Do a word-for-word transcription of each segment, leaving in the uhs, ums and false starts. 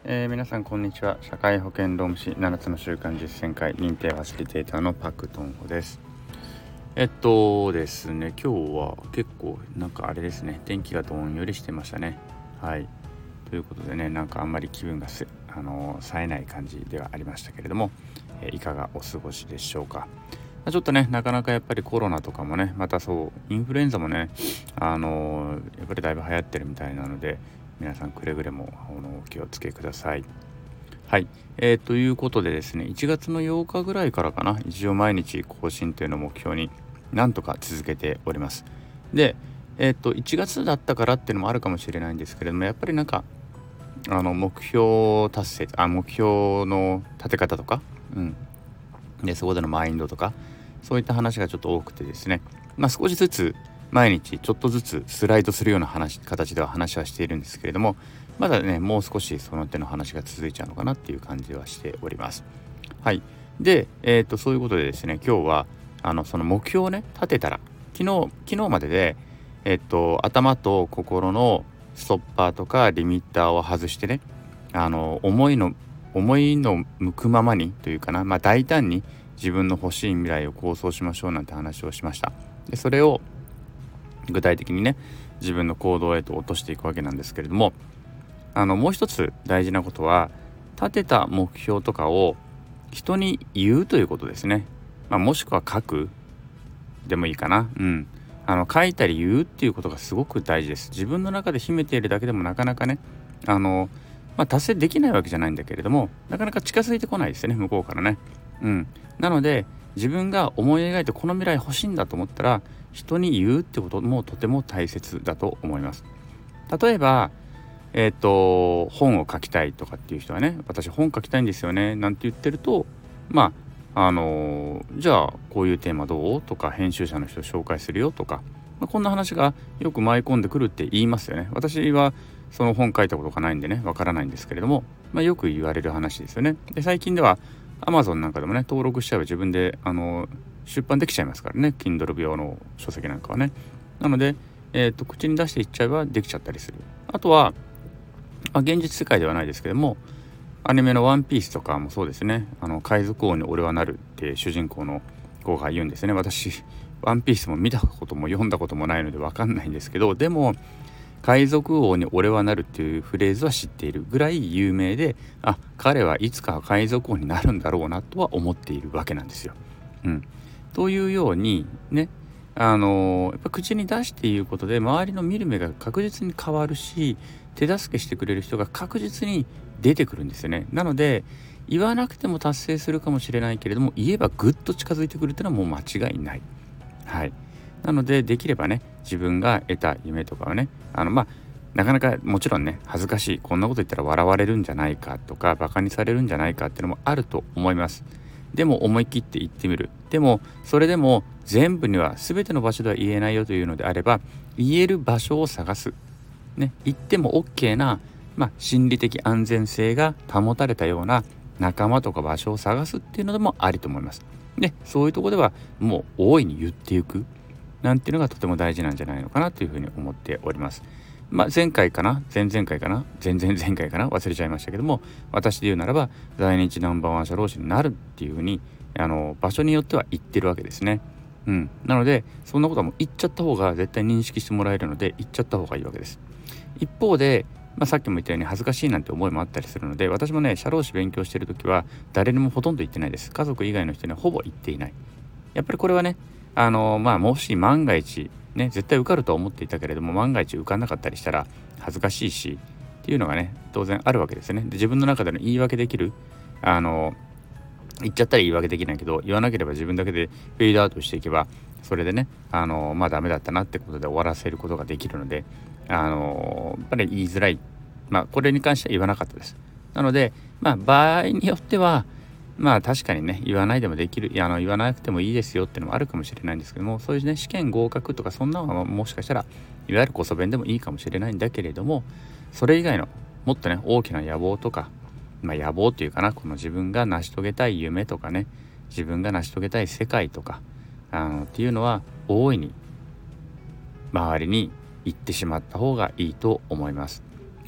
えー皆さんこんにちは。社会保険労務士ななつの習慣実践会認定ファシリテーターのパクトンホです。えっとですね今日は結構なんかあれですね、天気がどんよりしてましたね。はいということでね、なんかあんまり気分がせあの冴えない感じではありましたけれども、えーいかがお過ごしでしょうか。ちょっとねなかなかやっぱりコロナとかもね、またそうインフルエンザもねあのやっぱりだいぶ流行ってるみたいなので、皆さんくれぐれもあのお気をつけください。はい、えー、ということでですね、いちがつのようかぐらいからかな、一応毎日更新というのを目標になんとか続けております。で、えっ、といちがつだったからっていうのもあるかもしれないんですけれども、やっぱりなんかあの目標達成あ目標の立て方とか、うん、でそこでのマインドとかそういった話がちょっと多くてですね、まあ少しずつ毎日ちょっとずつスライドするような話形では話はしているんですけれども、まだねもう少しその手の話が続いちゃうのかなっていう感じはしております。はい。で、えー、とそういうことでですね、今日はあのその目標をね立てたら、昨日昨日まででえっ、と頭と心のストッパーとかリミッターを外してね、あの思いの思いの向くままにというかな、まあ大胆に自分の欲しい未来を構想しましょうなんて話をしました。でそれを具体的にね自分の行動へと落としていくわけなんですけれども、あのもう一つ大事なことは、立てた目標とかを人に言うということですね。まあ、もしくは書くでもいいかな。うん。あの書いたり言うっていうことがすごく大事です。自分の中で秘めているだけでもなかなかね、あの、まあ、達成できないわけじゃないんだけれども、なかなか近づいてこないですよね、向こうからね。うん。なので自分が思い描いてこの未来欲しいんだと思ったら、人に言うってこともとても大切だと思います。例えばえっ、と本を書きたいとかっていう人はね、私本書きたいんですよねなんて言ってると、まああのーじゃあこういうテーマどうとか、編集者の人を紹介するよとか、まあ、こんな話がよく舞い込んでくるって言いますよね。私はその本書いたことがないんでねわからないんですけれども、まあ、よく言われる話ですよね。で最近では Amazon なんかでもね登録しちゃえば自分であの出版できちゃいますからね、 Kindle 用の書籍なんかはね。なので、えー、と口に出していっちゃえばできちゃったりする。あとはまあ、現実世界ではないですけども、アニメのワンピースとかもそうですね。あの海賊王に俺はなるって主人公の子が言うんですね。私ワンピースも見たことも読んだこともないので分かんないんですけど、でも海賊王に俺はなるっていうフレーズは知っているぐらい有名で、あ、彼はいつか海賊王になるんだろうなとは思っているわけなんですよ。うん。というようにね、あのやっぱ口に出して言うことで周りの見る目が確実に変わるし、手助けしてくれる人が確実に出てくるんですよね。なので言わなくても達成するかもしれないけれども、言えばぐっと近づいてくるっていうのはもう間違いない。はい。なのでできればね、自分が得た夢とかはね、あのまあなかなかもちろんね恥ずかしい、こんなこと言ったら笑われるんじゃないかとかバカにされるんじゃないかっていうのもあると思います。でも思い切って言ってみる。でもそれでも全部には全ての場所では言えないよというのであれば、言える場所を探す。ね、言っても OK な、まあ、心理的安全性が保たれたような仲間とか場所を探すっていうのでもありと思います。で、そういうところではもう大いに言っていくなんていうのがとても大事なんじゃないのかなというふうに思っております。まあ、前回かな前々回かな前々前回かな忘れちゃいましたけども、私で言うならば在日ナンバーワン社労士になるっていうふうにあの場所によっては言ってるわけですね。うん、なのでそんなことはもう言っちゃった方が絶対認識してもらえるので言っちゃった方がいいわけです。一方で、まあ、さっきも言ったように恥ずかしいなんて思いもあったりするので、私もね社労士勉強してる時は誰にもほとんど言ってないです。家族以外の人にはほぼ言っていない。やっぱりこれはね、あのまあもし万が一ね絶対受かるとは思っていたけれども、万が一受かんなかったりしたら恥ずかしいしっていうのがね当然あるわけですね。で自分の中での言い訳できる、あの言っちゃったら言い訳できないけど、言わなければ自分だけでフェードアウトしていけば、それでねあのまあダメだったなってことで終わらせることができるので、あのやっぱり言いづらい。まあこれに関しては言わなかったです。なのでまあ場合によってはまあ確かにね言わないでもできる、いやあの言わなくてもいいですよっていうのもあるかもしれないんですけども、そういうね試験合格とかそんなのはもしかしたらいわゆるこそ弁でもいいかもしれないんだけれども、それ以外のもっとね大きな野望とか、まあ野望っていうかな、この自分が成し遂げたい夢とかね、自分が成し遂げたい世界とかあのっていうのは大いに周りに言ってしまった方がいいと思います。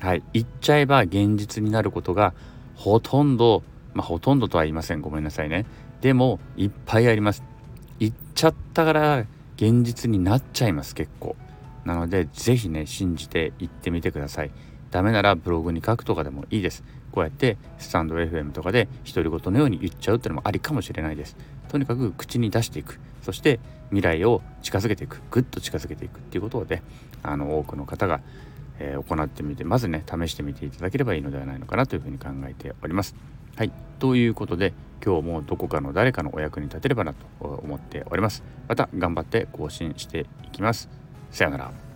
はい、言っちゃえば現実になることがほとんど、まあほとんどとは言いません、ごめんなさいね。でもいっぱいあります。言っちゃったから現実になっちゃいます、結構。なのでぜひね、信じて言ってみてください。ダメならブログに書くとかでもいいです。こうやってスタンド エフエム とかで独り言のように言っちゃうっていうのもありかもしれないです。とにかく口に出していく、そして未来を近づけていく、ぐっと近づけていくっていうことをね、あの多くの方が、えー行ってみて、まずね試してみていただければいいのではないのかなというふうに考えております。はい、ということで今日もどこかの誰かのお役に立てればなと思っております。また頑張って更新していきます。さようなら。